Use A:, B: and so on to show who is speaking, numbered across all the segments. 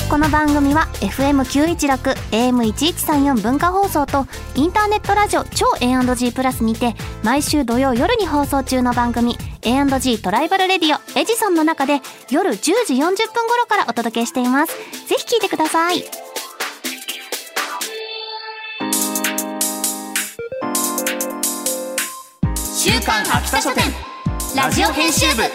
A: この番組は FM916 AM1134 文化放送とインターネットラジオ超 A&G プラスにて毎週土曜夜に放送中の番組 A&G トライバルレディオエジソンの中で夜10時40分頃からお届けしています。ぜひ聞いてください。
B: 週刊秋田書店ラジオ編集部。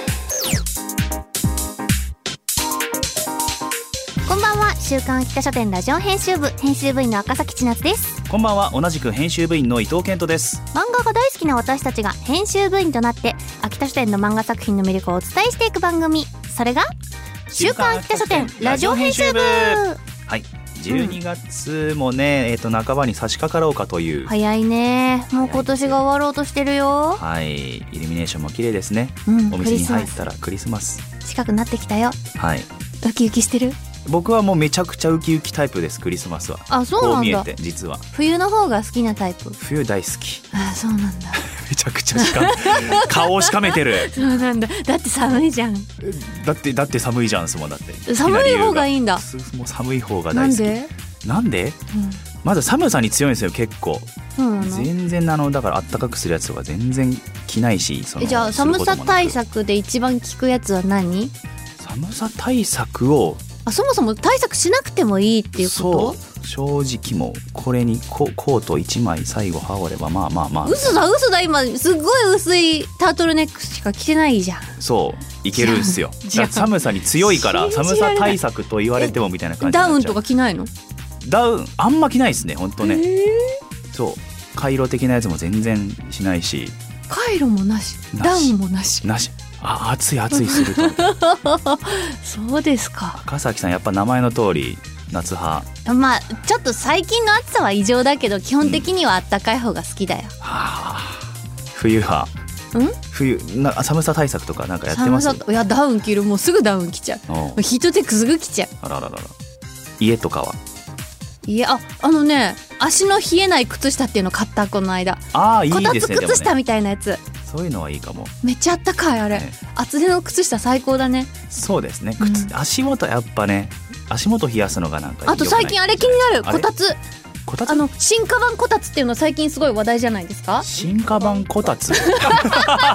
A: こんばんは。週刊秋田書店ラジオ編集部編集部員の赤崎千夏です。
C: こんばんは。同じく編集部員の伊藤健人です。
A: 漫画が大好きな私たちが編集部員となって秋田書店の漫画作品の魅力をお伝えしていく番組、それが週刊秋田書店ラジオ編集部。
C: はい、12月もね、半ばに差し掛かろうかという。
A: 早いね。もう今年が終わろうとしてるよ。
C: はい、イルミネーションも綺麗ですね、お店に入ったらクリスマス
A: 近くなってきたよ。
C: はい、
A: ウキウキしてる？
C: 僕はもうめちゃくちゃウキウキタイプです。クリスマスは。
A: あ、そうなんだ。
C: こう見えて実は
A: 冬の方が好きなタイプ。
C: 冬大好き。
A: あ、そうなんだ。
C: めちゃくちゃ顔をしかめてる。
A: そうなんだ。だって寒いじゃん。
C: だって寒いじゃん。だって
A: 寒い方がいいんだ。
C: もう寒い方が大好き。なんで、まず寒さに強いんですよ結構。全然だからあったかくするやつとか全然着ないし。
A: じゃあ寒さ対策で一番効くやつは何？
C: 寒さ対策を
A: そもそも対策しなくてもいいっていうこと？
C: そう、正直もうこれにコート1枚最後羽織ればまあ
A: 嘘だ。今すごい薄いタートルネックしか着てないじゃん。
C: そういけるんすよ。だから寒さに強いから寒さ対策と言われてもみたいな感じになっちゃう。
A: ダウンとか着ないの？
C: ダウンあんま着ないですねほんとね。そうカイロ的なやつも全然しないし。
A: カイロもなし、ダウンもなし。
C: 暑いすると
A: そうですか。
C: 赤崎さんやっぱ名前の通り夏派。
A: まあちょっと最近の暑さは異常だけど基本的には暖かい方が好きだよ。
C: 冬派。冬寒さ対策とかなんかやってます？
A: いやダウン着る。もうすぐダウン着ちゃう。ヒートテックすぐ着ちゃう。
C: あら家とかは？
A: いや足の冷えない靴下っていうの買ったこの間。
C: いいですね。
A: こたつ靴下みたいなやつ。
C: そういうのはいいかも。
A: めっちゃあったかいあれ、厚手の靴下最高だね。
C: そうですね。足元やっぱね、足元冷やすのがなんか
A: あと最近あれ気になる。こたつ進化版こたつっていうの最近すごい話題じゃないですか。
C: 進化版こたつ
A: なんかソファ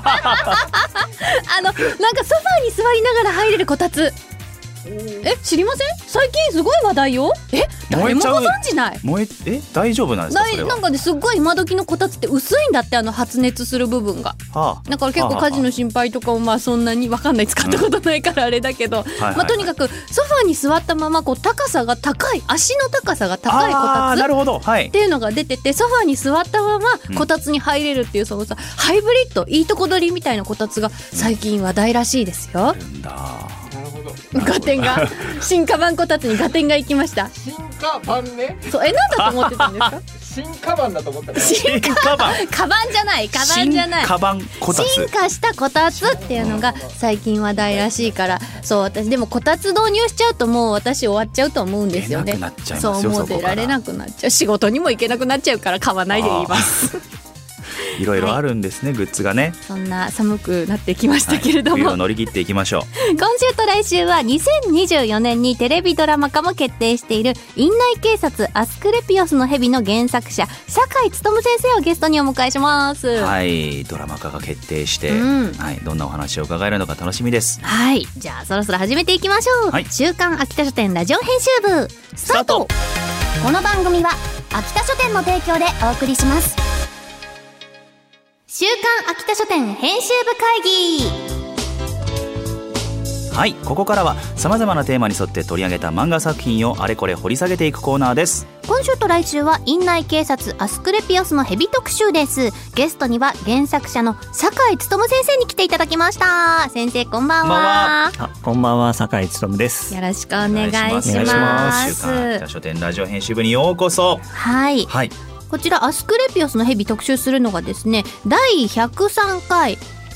A: ーに座りながら入れるこたつ。知りません？最近すごい話題よ。誰もご存知ない？
C: 大丈夫なんですかそれは？
A: なんかねすっごい今時のこたつって薄いんだって。発熱する部分が、だから結構火事の心配とかもそんなに分かんない。使ったことないからあれだけど、とにかくソファーに座ったまま高さが高い、足の高さが高いこたつっていうのが出てて、ソファーに座ったままこたつに入れるっていうそのさ、ハイブリッドいいとこ取りみたいなこたつが最近話題らしいですよ。合点が進化版こたつに合点がいきました。
D: 進化版ね。
A: そう何だと思ってたんですか？
D: 進化版だと思ったから。
C: 進化版
A: カバンじゃない。進
C: 化版こたつ。
A: 進化したこたつっていうのが最近話題らしいから、そう私でもこたつ導入しちゃうともう私終わっちゃうと思うんですよね。そうもう出られなくなっちゃう。仕事にも行けなくなっちゃうから買わないで言います。
C: いろいろあるんですね、グッズがね。
A: そんな寒くなってきましたけれども、
C: 冬を乗り切っていきましょう。
A: 今週と来週は2024年にテレビドラマ化も決定している院内警察アスクレピオスの蛇の原作者酒井勉先生をゲストにお迎えします。
C: はい、ドラマ化が決定して、どんなお話を伺えるのか楽しみです。
A: はい、じゃあそろそろ始めていきましょう。週刊秋田書店ラジオ編集部スタート。この番組は秋田書店の提供でお送りします。週刊秋田書店編集部会議。
C: はい、ここからは様々なテーマに沿って取り上げた漫画作品をあれこれ掘り下げていくコーナーです。
A: 今週と来週は院内警察アスクレピオスの蛇特集です。ゲストには原作者の酒井勉先生に来ていただきました。先生こんばんは。
E: こんばんは、酒井勉です。
A: よろしくお願いします。
C: 週刊秋田書店ラジオ編集部にようこそ。
A: はい、こちらアスクレピオスの蛇特集するのがですね、第103回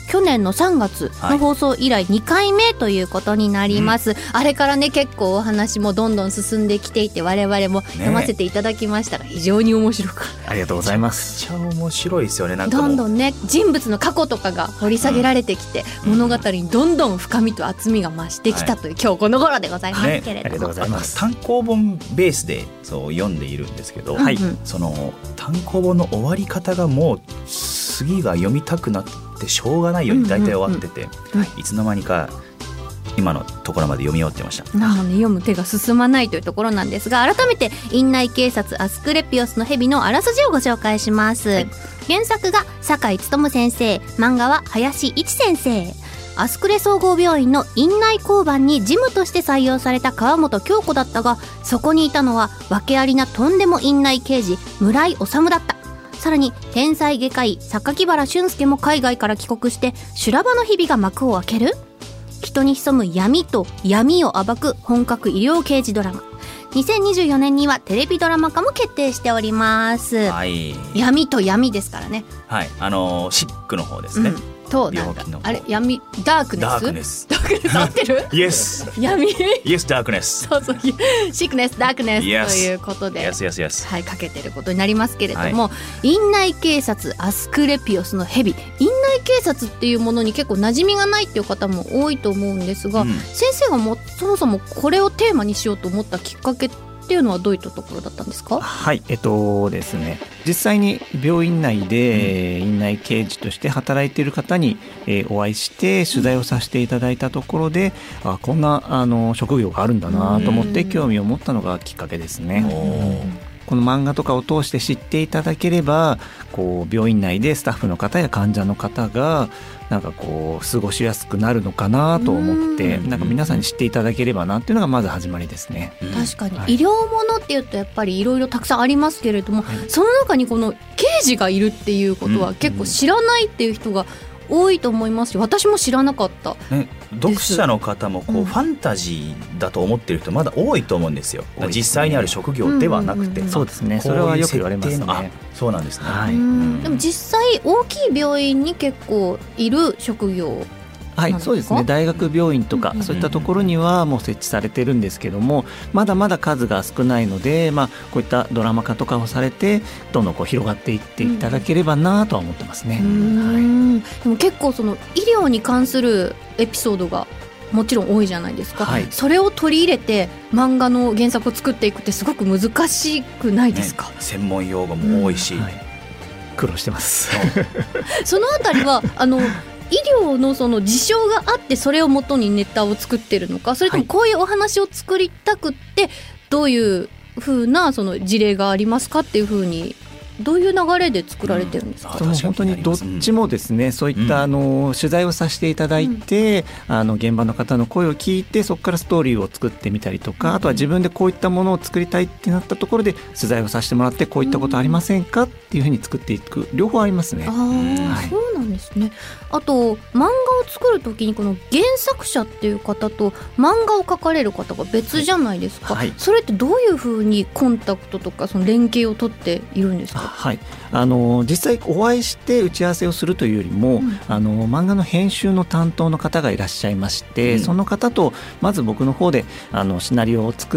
A: 去年の3月の放送以来2回目ということになります、あれからね結構お話もどんどん進んできていて我々も読ませていただきましたが、非常に面白く、
E: ありがとうございます。
C: めっちゃ面白いですよね。なんか
A: どんどんね人物の過去とかが掘り下げられてきて、物語にどんどん深みと厚みが増してきたという、今日この頃でございますけれども、
E: ありがとうございます。
C: 単行本ベースでそう読んでいるんですけど、その単行本の終わり方がもう次が読みたくなってしょうがないように大体終わってて、いつの間にか今のところまで読み終わってました。
A: 読む手が進まないというところなんですが、改めて院内警察アスクレピオスの蛇のあらすじをご紹介します、原作が酒井勉先生、漫画は林一先生。アスクレ総合病院の院内交番に事務として採用された川本京子だったが、そこにいたのは訳ありなとんでも院内刑事村井治だった。さらに天才外科医榊原俊介も海外から帰国して修羅場の日々が幕を開ける。人に潜む闇と闇を暴く本格医療刑事ドラマ。2024年にはテレビドラマ化も決定しております、闇と闇ですからね。
C: シックの方ですね、
A: となんかあれ闇ダークネス合ってる
C: イエス
A: 闇
C: イエスダークネス、
A: そうシックネスダークネスということで、かけてることになりますけれども、院内警察アスクレピオスの蛇、院内警察っていうものに結構馴染みがないっていう方も多いと思うんですが、先生がそもそもこれをテーマにしようと思ったきっかけっていうのはどういったところだったんですか？
E: ですね、実際に病院内で院内刑事として働いている方にお会いして取材をさせていただいたところで、こんな職業があるんだなと思って興味を持ったのがきっかけですね。この漫画とかを通して知っていただければ、こう病院内でスタッフの方や患者の方がなんかこう過ごしやすくなるのかなと思って、なんか皆さんに知っていただければなっていうのがまず始まりですね。
A: 確かに、医療ものっていうとやっぱりいろいろたくさんありますけれども、その中にこの刑事がいるっていうことは結構知らないっていう人が多いと思いますし、私も知らなかった
C: 読者の方もこう、ファンタジーだと思ってる人まだ多いと思うんですよ。実際にある職業ではなくて、
E: そうですね、それはよく言われますね。
C: そうなんですね、
A: でも実際大きい病院に結構いる職業、
E: そうですね、大学病院とかそういったところにはもう設置されてるんですけども、まだまだ数が少ないので、こういったドラマ化とかをされてどんどんこう広がっていっていただければなとは思ってますね。
A: でも結構その医療に関するエピソードがもちろん多いじゃないですか、それを取り入れて漫画の原作を作っていくってすごく難しくないですか？
C: 専門用語も多いし、
E: 苦労してます
A: そのあたりは医療のその事象があってそれをもとにネタを作ってるのか、それともこういうお話を作りたくってどういう風なその事例がありますかっていう風に、どういう流れで作られてるんですか？
E: 本当にどっちもですね、そういった取材をさせていただいて、現場の方の声を聞いてそこからストーリーを作ってみたりとか、あとは自分でこういったものを作りたいってなったところで取材をさせてもらって、こういったことありませんかっていうふうに作っていく、両方ありますね。
A: そうなんですね。あと漫画を作るときにこの原作者っていう方と漫画を描かれる方が別じゃないですか、それってどういうふうにコンタクトとかその連携を取っているんですか？
E: 実際お会いして打ち合わせをするというよりも、漫画の編集の担当の方がいらっしゃいまして、その方とまず僕の方でシナリオを作って、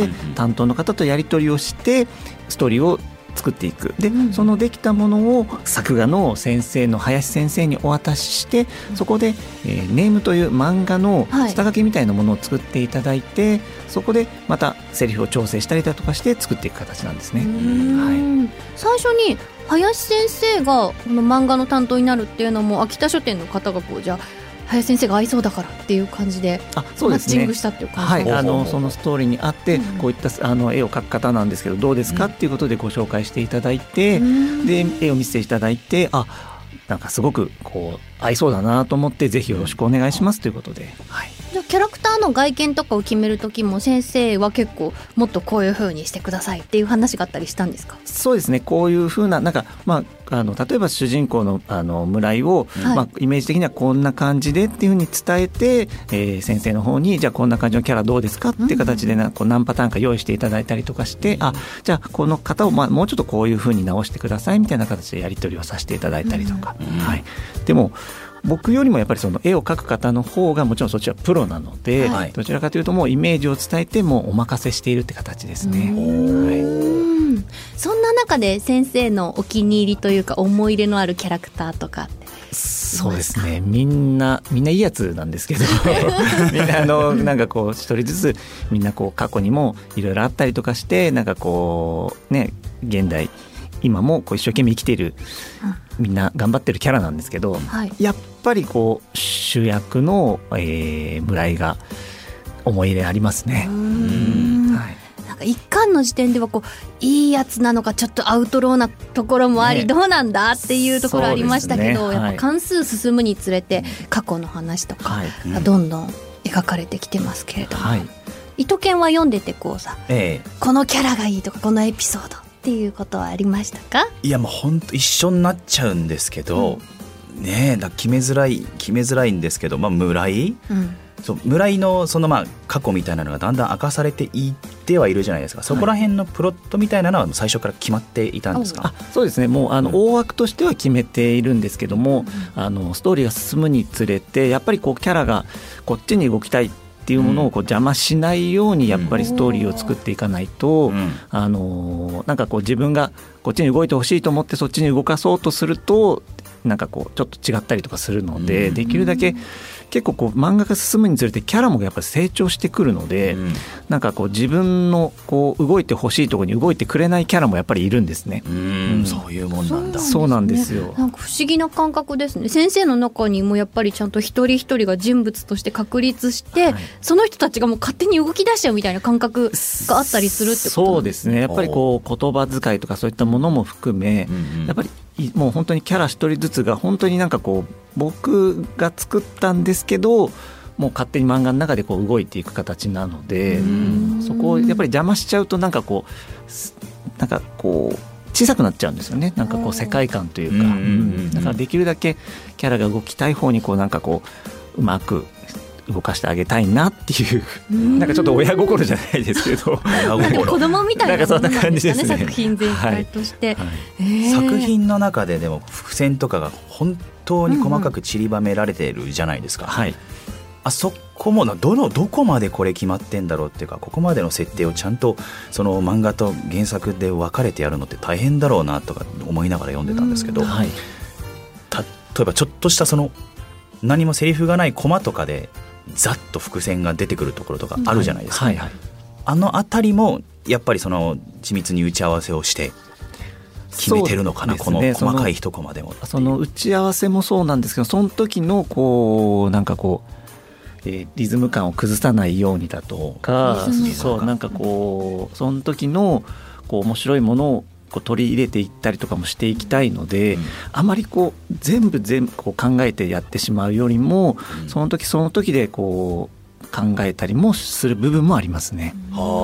E: 担当の方とやり取りをしてストーリーを作っていく。で、そのできたものを作画の先生の林先生にお渡しして、そこで、ネームという漫画の下書きみたいなものを作っていただいて、そこでまたセリフを調整したりだとかして作っていく形なんですね。
A: 最初に林先生がこの漫画の担当になるっていうのも秋田書店の方がじゃあ林先生が合いそうだからっていう感じでマッチングしたっていう感じですね。
E: そのストーリーにあって、こういった絵を描く方なんですけどどうですかっていうことでご紹介していただいて、で絵を見せていただいて、なんかすごくこう合いそうだなと思って、ぜひよろしくお願いしますということで、
A: じゃあキャラクターの外見とかを決める時も先生は結構もっとこういう風にしてくださいっていう話があったりしたんですか？
E: そうですね、こういう風ななんか、例えば主人公の村井を、イメージ的にはこんな感じでっていう風に伝えて、先生の方にじゃあこんな感じのキャラどうですかっていう形でこう何パターンか用意していただいたりとかして、じゃあこの方をもうちょっとこういう風に直してくださいみたいな形でやり取りをさせていただいたりとか、でも僕よりもやっぱりその絵を描く方の方がもちろんそっちはプロなので、はい、どちらかというともうイメージを伝えてもうお任せしているって形ですね。
A: そんな中で先生のお気に入りというか思い入れのあるキャラクターとかって
E: そうですね、みんないいやつなんですけどみんななんかこう一人ずつみんなこう過去にもいろいろあったりとかしてなんかこうね現代今もこう一生懸命生きている、みんな頑張ってるキャラなんですけど、はい、やっぱりこう主役の、村井が思い入れありますね。
A: なんか一巻の時点ではこういいやつなのかちょっとアウトローなところもあり、どうなんだっていうところありましたけど、やっぱ関数進むにつれて過去の話とかどんどん描かれてきてますけれども、伊藤健は読んでてこうさ、このキャラがいいとかこのエピソードっていうことはありましたか？
C: いやもう本当一緒になっちゃうんですけど、ねえだ決めづらいんですけど、村井、そう村井のその過去みたいなのがだんだん明かされていってはいるじゃないですか。そこら辺のプロットみたいなのは最初から決まっていたんですか？
E: そうですね、もう大枠としては決めているんですけども、ストーリーが進むにつれてやっぱりこうキャラがこっちに動きたいっていうものをこう邪魔しないようにやっぱりストーリーを作っていかないと、なんかこう自分がこっちに動いてほしいと思ってそっちに動かそうとするとなんかこうちょっと違ったりとかするので、できるだけ結構こう漫画が進むにつれてキャラもやっぱり成長してくるので、なんかこう自分のこう動いてほしいところに動いてくれないキャラもやっぱりいるんですね。
C: そういうもんなんだ。
E: そうなんですよ。
A: なんか不思議な感覚ですね。先生の中にもやっぱりちゃんと一人一人が人物として確立して、その人たちがもう勝手に動き出しちゃうみたいな感覚があったりするってこと？
E: そうですね、やっぱりこう言葉遣いとかそういったものも含め、やっぱりもう本当にキャラ一人ずつが本当になんかこう僕が作ったんですけどもう勝手に漫画の中でこう動いていく形なので、そこをやっぱり邪魔しちゃうとなんかこう小さくなっちゃうんですよね。なんかこう世界観というか、だからできるだけキャラが動きたい方にこうなんかこううまく動かしてあげたいなっていう、なんかちょっと親心じゃないですけど
A: なんか子供みたいなものなんですかね、作品全体として、
C: 作品の中ででも伏線とかが本当に細かく散りばめられているじゃないですか、あそこもどこまでこれ決まってんだろうっていうか、ここまでの設定をちゃんとその漫画と原作で分かれてやるのって大変だろうなとか思いながら読んでたんですけど、例えばちょっとしたその何もセリフがないコマとかでざっと伏線が出てくるところとかあるじゃないですか、あのあたりもやっぱりその緻密に打ち合わせをして決めてるのかな、この細かい一コマでも。
E: その打ち合わせもそうなんですけど、その時のこうなんかこう、リズム感を崩さないようにだとか、そうなんかこうその時のこう面白いものをこう取り入れていったりとかもしていきたいので、あまりこう全部こう考えてやってしまうよりも、その時その時でこう考えたりもする部分もありますね。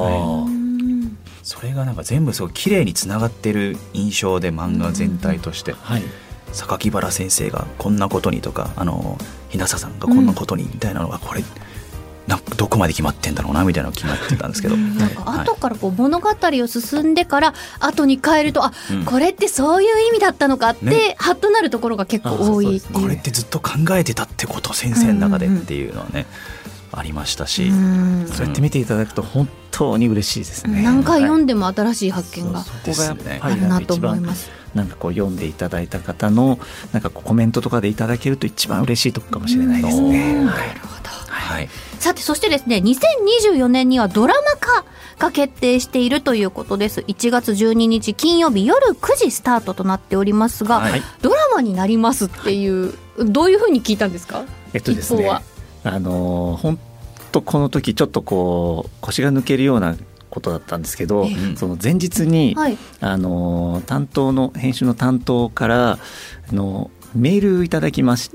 C: それがなんか全部すごい綺麗につながってる印象で、漫画全体として、榊原先生がこんなことにとか日向さんがこんなことにみたいなのが、これどこまで決まってんだろうなみたいなのが決まってたんですけど、
A: なんか後からこう物語を進んでから後に変えると、これってそういう意味だったのかってハッとなるところが結構多いっていう、
C: これってずっと考えてたってこと先生の中でっていうのはね、ありましたし、
E: そうやって見ていただくと本当に嬉しいですね。
A: 何回読んでも新しい発見があるなと思います。
E: なんかこう読んでいただいた方のなんかこうコメントとかでいただけると一番嬉しいところかもしれないですね。
A: なるほど。さてそしてですね、2024年にはドラマ化が決定しているということです。1月12日金曜日夜9時スタートとなっておりますが、ドラマになりますっていう、どういうふうに聞いたんですか？
E: ですね、本当この時ちょっとこう腰が抜けるようなことだったんですけど、その前日に、担当の編集の担当からメールいただきまして、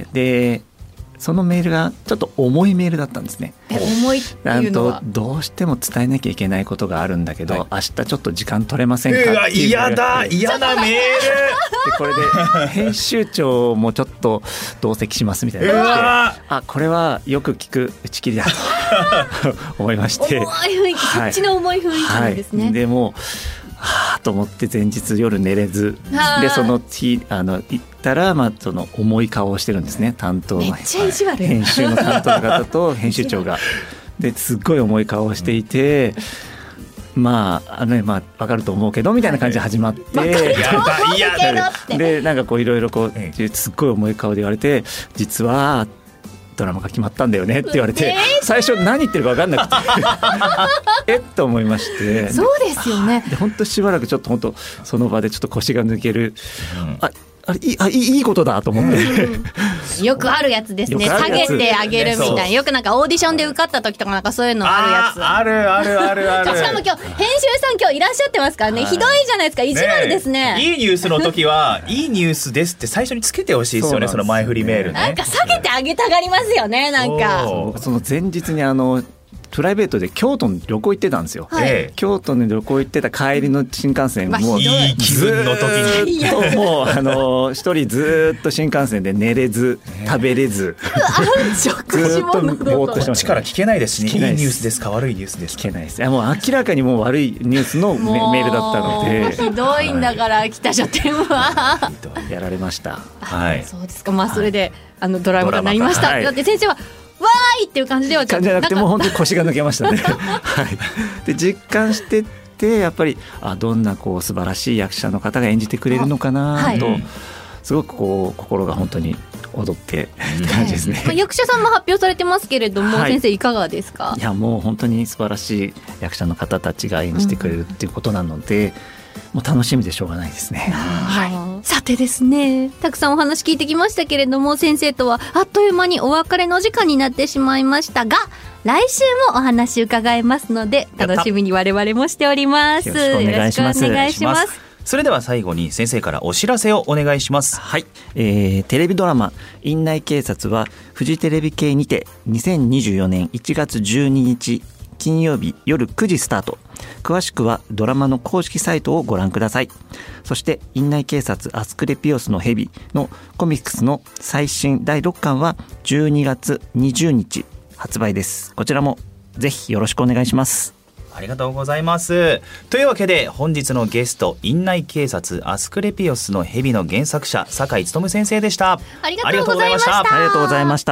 E: でそのメールがちょっと重いメールだったんですね。
A: 重いっていうのは
E: どうしても伝えなきゃいけないことがあるんだけど、明日ちょっと時間取れませんかっていう。
C: 嫌なメールで
E: これで編集長もちょっと同席しますみたいなこれはよく聞く打ち切りだと思いまして、
A: 重い雰囲気、そっちの重い雰囲気なんですね。
E: でもと思って前日夜寝れずでその日行ったら、その重い顔をしてるんですね、担当の
A: めっちゃ意地悪
E: 編集の担当の方と編集長がですっごい重い顔をしていて、分かると思うけどみたいな感じで始まって、でなんかこういろいろこうすっごい重い顔で言われて、実はドラマが決まったんだよねって言われて、最初何言ってるか分かんなくてと思いまして。
A: そうですよね。
E: で本当しばらくちょっと本当その場でちょっと腰が抜ける、いいことだと思って、
A: よくあるやつですね。下げてあげるみたいな、よくなんかオーディションで受かった時とかなんかそういうのあるやつ。
C: ある。
A: しかも今日編集さん今日いらっしゃってますからね、ひどいじゃないですか、意地悪ですね。
C: いいニュースの時はいいニュースですって最初につけてほしいですよね、その前振りメールね。
A: なんか下げてあげたがりますよね、なんか。
E: 僕その前日にプライベートで京都に旅行行ってたんですよ、京都に旅行行ってた帰りの新幹線もう
C: いい気分の時に
E: もう一人ずっと新幹線で寝れず食べれずずっとぼーっとしてました。
C: 力聞けないですしね。いいニュースですか悪いニュースですか。
E: 聞けないです。もう明らかにもう悪いニュースのメールだったので。
A: ひどいんだから北書店は
E: やられました。
A: そうですか。それでドラマになりました。だって先生はわーいっていう感じでは
E: じゃなくてもう本当に腰が抜けましたねで実感してってやっぱりどんな素晴らしい役者の方が演じてくれるのかなと、すごく心が本当に踊ってって感じですね。
A: 役者さんも発表されてますけれども、先生いかがですか。
E: いやもう本当に素晴らしい役者の方たちが演じてくれるっていうことなので、もう楽しみでしょうがないですね。
A: さてですね、たくさんお話聞いてきましたけれども、先生とはあっという間にお別れの時間になってしまいましたが、来週もお話伺えますので楽しみに我々もしております。
E: よろしくお願いします。
C: それでは最後に先生からお知らせをお願いします。
E: テレビドラマ院内警察はフジテレビ系にて2024年1月12日金曜日夜9時スタート。詳しくはドラマの公式サイトをご覧ください。そして院内警察アスクレピオスの蛇のコミックスの最新第6巻は12月20日発売です。こちらもぜひよろしくお願いします。
C: ありがとうございます。というわけで本日のゲスト、院内警察アスクレピオスの蛇の原作者酒井勉先生でした。
A: ありがとうございました。
E: ありがとうございました。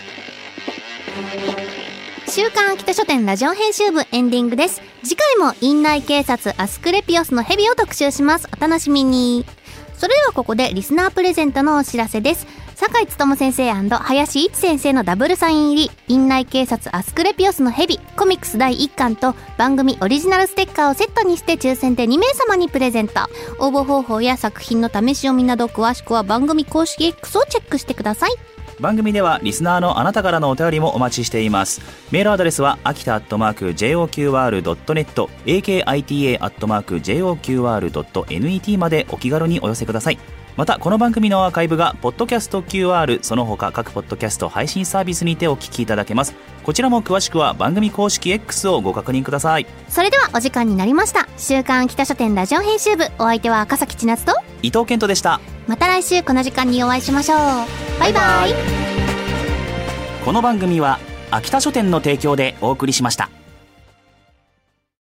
A: 週刊秋田書店ラジオ編集部エンディングです。次回も院内警察アスクレピオスの蛇を特集します。お楽しみに。それではここでリスナープレゼントのお知らせです。酒井勉先生&林一先生のダブルサイン入り院内警察アスクレピオスの蛇コミックス第1巻と番組オリジナルステッカーをセットにして抽選で2名様にプレゼント。応募方法や作品の試し読みなど詳しくは番組公式 X をチェックしてください。
C: 番組ではリスナーのあなたからのお便りもお待ちしています。メールアドレスはakita@joqr.net akita@joqr.net までお気軽にお寄せください。またこの番組のアーカイブがポッドキャスト QR その他各ポッドキャスト配信サービスにてお聞きいただけます。こちらも詳しくは番組公式 X をご確認ください。
A: それではお時間になりました。週刊北書店ラジオ編集部、お相手は赤崎千夏と
C: 伊藤健人でした。
A: また来週この時間にお会いしましょう。バイバイ。
C: この番組は秋田書店の提供でお送りしました。